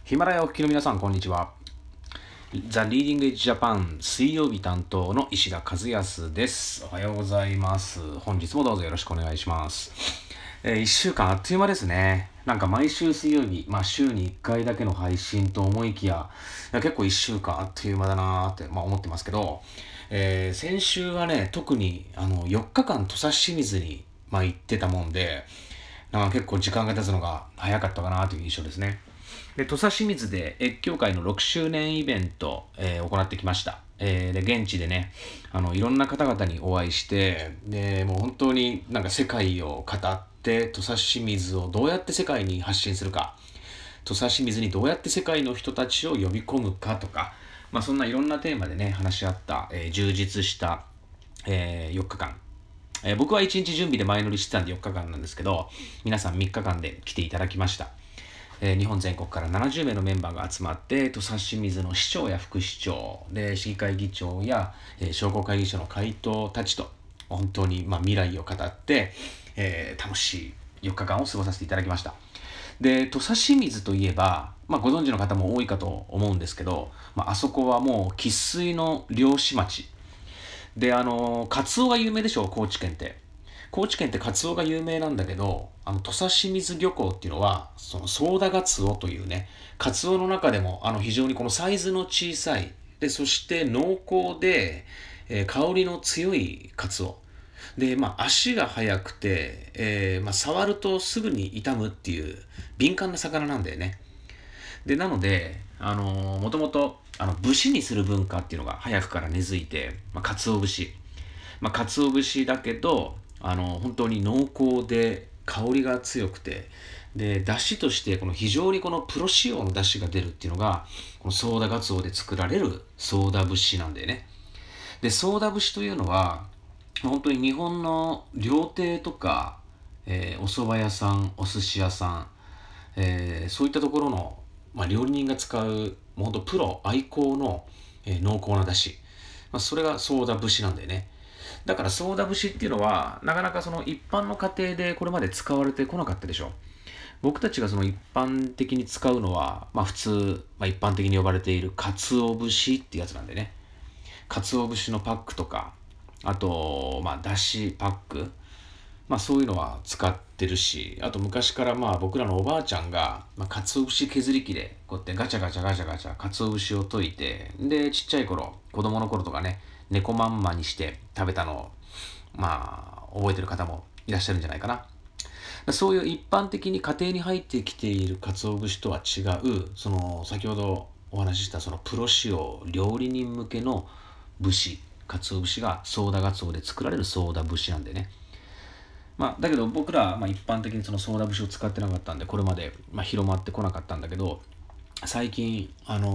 ヒマラヤお聞きの皆さん、こんにちは。ザ・リーディング・エッジ・ジャパン水曜日担当の石田和康です。おはようございます。本日もどうぞよろしくお願いします。1週間あっという間ですね。なんか毎週水曜日、週に1回だけの配信と思いきや、結構1週間あっという間だなーって、思ってますけど、先週はね、特に4日間土佐清水に、行ってたもんで、なんか結構時間が経つのが早かったかなという印象ですね。で、土佐清水で越境会の6周年イベント、行ってきました。で、現地でね、いろんな方々にお会いして、で、もう本当になんか世界を語って、土佐清水をどうやって世界に発信するか、土佐清水にどうやって世界の人たちを呼び込むかとか、そんないろんなテーマでね、話し合った、充実した、4日間。僕は1日準備で前乗りしてたんで4日間なんですけど、皆さん3日間で来ていただきました。日本全国から70名のメンバーが集まって、土佐清水の市長や副市長で市議会議長や、商工会議所の会頭たちと本当に、未来を語って、楽しい4日間を過ごさせていただきました。で、土佐清水といえば、ご存知の方も多いかと思うんですけど、あそこはもう生粋の漁師町で、カツオが有名でしょ、高知県って。高知県ってカツオが有名なんだけど、土佐清水漁港っていうのは、そのソーダガツオというね、カツオの中でも、非常にこのサイズの小さい、で、そして濃厚で、香りの強いカツオ。で、足が速くて、触るとすぐに傷むっていう敏感な魚なんだよね。で、なので、もともと、節にする文化っていうのが早くから根付いて、鰹節。鰹節だけど、本当に濃厚で香りが強くて、で、出汁として非常にこのプロ仕様の出汁が出るっていうのが、このソーダガツオで作られるソーダ節なんだよね。で、ソーダ節というのは、本当に日本の料亭とか、お蕎麦屋さん、お寿司屋さん、そういったところの、料理人が使う、もうほんとプロ愛好の、濃厚な出汁。それがソーダ節なんだよね。だからソーダ節っていうのは、なかなかその一般の家庭でこれまで使われてこなかったでしょ。僕たちがその一般的に使うのは、普通、一般的に呼ばれている鰹節ってやつなんでね。鰹節のパックとか、あと、だしパック、そういうのは使ってるし、あと昔から僕らのおばあちゃんが、鰹節削り器でこうやってガチャガチャガチャガチャ鰹節を溶いて、で、ちっちゃい頃、子供の頃とかね、猫まんまにして食べたのを、覚えてる方もいらっしゃるんじゃないかな。そういう一般的に家庭に入ってきている鰹節とは違う、その先ほどお話ししたそのプロ仕様料理人向けの節、鰹節がソーダガツオで作られるソーダ節なんでね。だけど僕らは一般的にそのソーダ節を使ってなかったんで、これまで広まってこなかったんだけど、最近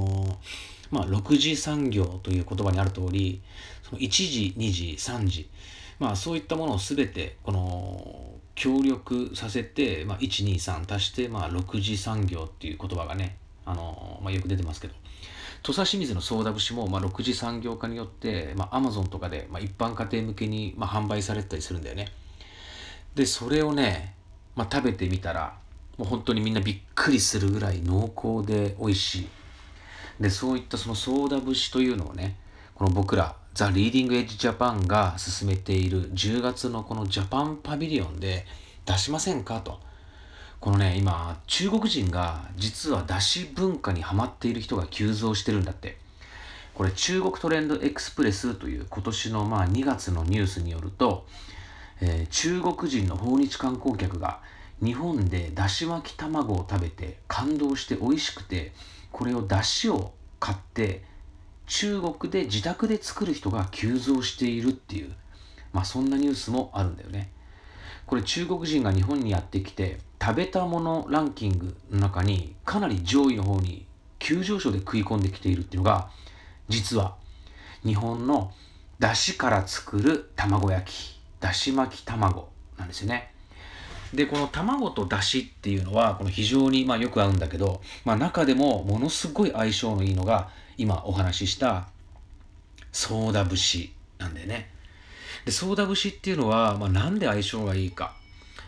6次産業という言葉にある通り、その1時2時3時、そういったものをすべてこの協力させて、123足して、6次産業っていう言葉がね、よく出てますけど、土佐清水のソーダ節も、6次産業化によって、アマゾンとかで、一般家庭向けに、販売されてたりするんだよね。で、それをね、食べてみたら、もう本当にみんなびっくりするぐらい濃厚で美味しい。で、そういったそのソーダ節というのをね、この僕ら、ザ・リーディング・エッジ・ジャパンが進めている10月のこのジャパンパビリオンで出しませんかと。このね、今、中国人が実は出汁文化にハマっている人が急増してるんだって。これ中国トレンドエクスプレスという今年の2月のニュースによると、中国人の訪日観光客が日本でだし巻き卵を食べて感動して美味しくて、これをだしを買って中国で自宅で作る人が急増しているっていう、そんなニュースもあるんだよね。これ中国人が日本にやってきて食べたものランキングの中にかなり上位の方に急上昇で食い込んできているっていうのが、実は日本のだしから作る卵焼き、だし巻き卵なんですよね。で、この卵とだしっていうのはこの非常によく合うんだけど、中でもものすごい相性のいいのが今お話ししたソーダ節なんだよね。で、ソーダ節っていうのは、なんで相性がいいか。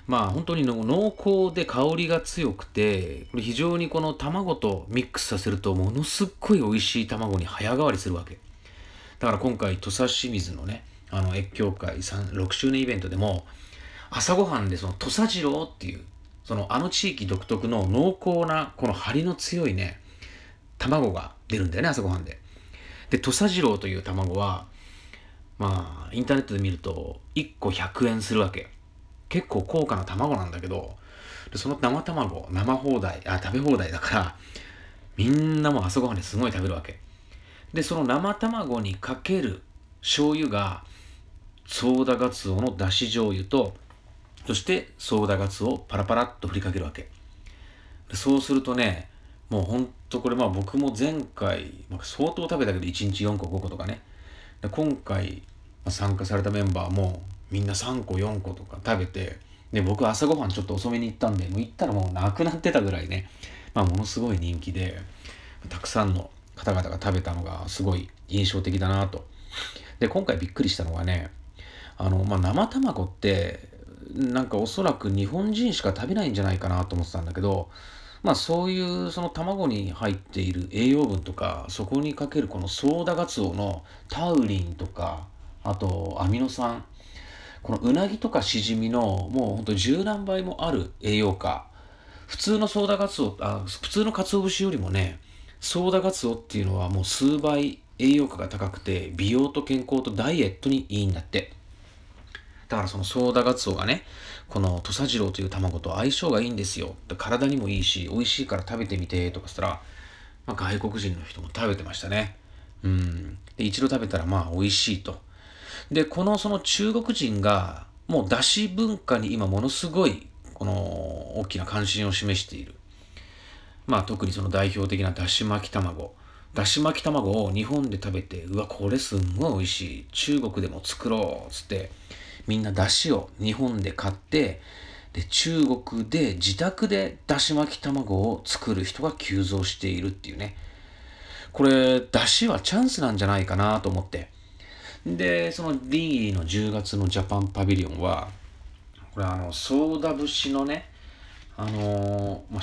まあ本当に濃厚で香りが強くて、これ非常にこの卵とミックスさせるとものすっごい美味しい卵に早変わりするわけ。だから今回土佐清水のね、越境会6周年イベントでも、朝ごはんでその土佐二郎っていう、地域独特の濃厚な、この張りの強いね、卵が出るんだよね、朝ごはんで。で、土佐二郎という卵は、まあ、インターネットで見ると、1個100円するわけ。結構高価な卵なんだけど、でその生卵、食べ放題だから、みんなもう朝ごはんですごい食べるわけ。で、その生卵にかける醤油が、ソーダガツオのだし醤油と、そしてソーダガツオをパラパラっと振りかけるわけ。でそうするとね、もうほんとこれまあ僕も前回、相当食べたけど1日4個5個とかね。で今回参加されたメンバーもみんな3個4個とか食べて、で僕朝ごはんちょっと遅めに行ったんで、もう行ったらもうなくなってたぐらいね、ものすごい人気で、たくさんの方々が食べたのがすごい印象的だなと。で今回びっくりしたのがね、生卵ってなんかおそらく日本人しか食べないんじゃないかなと思ってたんだけど、そういうその卵に入っている栄養分とか、そこにかけるこのソーダガツオのタウリンとか、あとアミノ酸、このうなぎとかシジミのもうほんと10何倍もある栄養価。普通のソーダガツオ、普通の鰹節よりもね、ソーダガツオっていうのはもう数倍栄養価が高くて、美容と健康とダイエットにいいんだって。だからそのソーダガツオがね、この土佐ジローという卵と相性がいいんですよ。体にもいいし、美味しいから食べてみてとかしたら、外国人の人も食べてましたね。で、一度食べたら美味しいと。で、その中国人が、もうだし文化に今ものすごい、この大きな関心を示している。特にその代表的なだし巻き卵。だし巻き卵を日本で食べて、うわ、これすんごい美味しい。中国でも作ろう。つって、みんなだしを日本で買って、で、中国で自宅でだし巻き卵を作る人が急増しているっていうね。これ、だしはチャンスなんじゃないかなと思って。で、そのリーの10月のジャパンパビリオンは、これソーダ節のね、老舗、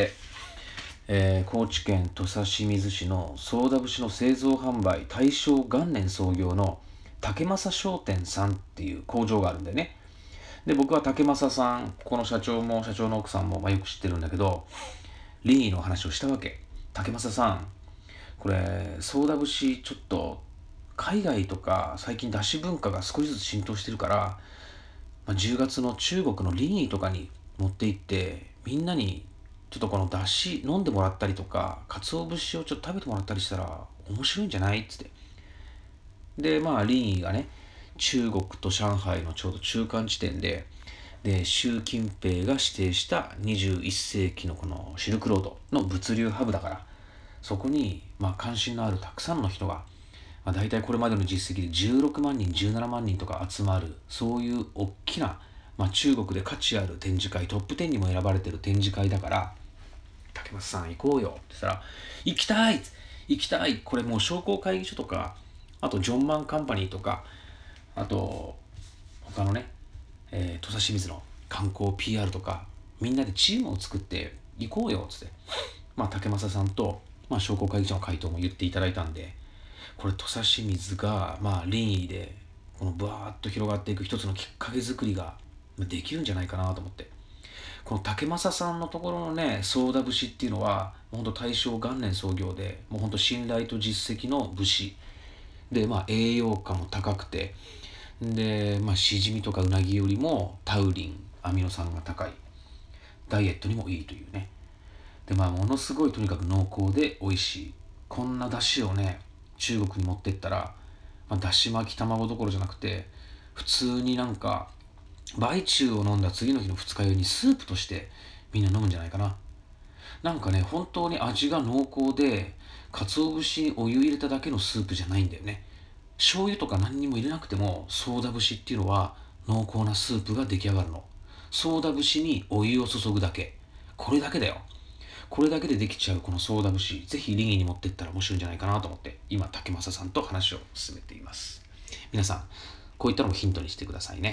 高知県土佐清水市のソーダ節の製造販売大正元年創業の竹正商店さんっていう工場があるんだよね。で、僕は竹正さん、ここの社長も社長の奥さんもよく知ってるんだけど、リーの話をしたわけ。竹正さん、これ、ソーダ節ちょっと海外とか最近だし文化が少しずつ浸透してるから、10月の中国のリーとかに持って行って、みんなにちょっとこの出汁飲んでもらったりとか、鰹節をちょっと食べてもらったりしたら面白いんじゃないっつって。で、リーがね、中国と上海のちょうど中間地点で、習近平が指定した21世紀のこのシルクロードの物流ハブだから、そこに、関心のあるたくさんの人が、大体これまでの実績で16万人、17万人とか集まる、そういう大きな、中国で価値ある展示会、トップ10にも選ばれてる展示会だから、竹松さん行こうよって言ったら、行きたいこれもう商工会議所とか、あとジョンマンカンパニーとか、あと他のね、土佐清水の観光 PR とか、みんなでチームを作って行こうよっつって、竹正さんと、商工会議所の会頭も言っていただいたんで、これ土佐清水が林医でこのブワーッと広がっていく一つのきっかけ作りができるんじゃないかなと思って。この竹正さんのところのね、ソーダ節っていうのは、本当大正元年創業で、もう本当信頼と実績の節。で、栄養価も高くて、で、しじみとかうなぎよりもタウリン、アミノ酸が高い。ダイエットにもいいというね。で、ものすごいとにかく濃厚で美味しい。こんな出汁をね、中国に持ってったら、だし巻き卵どころじゃなくて、普通になんか、梅中を飲んだ次の日の二日酔いにスープとしてみんな飲むんじゃないかな。なんかね、本当に味が濃厚で、鰹節にお湯入れただけのスープじゃないんだよね。醤油とか何にも入れなくても、ソーダ節っていうのは濃厚なスープが出来上がるの。ソーダ節にお湯を注ぐだけ。これだけだよ。これだけでできちゃうこのソーダ節、ぜひリギに持ってったら面白いんじゃないかなと思って、今、竹正さんと話を進めています。皆さん、こういったのもヒントにしてくださいね。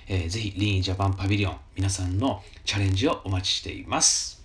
ぜひリーンジャパンパビリオン皆さんのチャレンジをお待ちしています。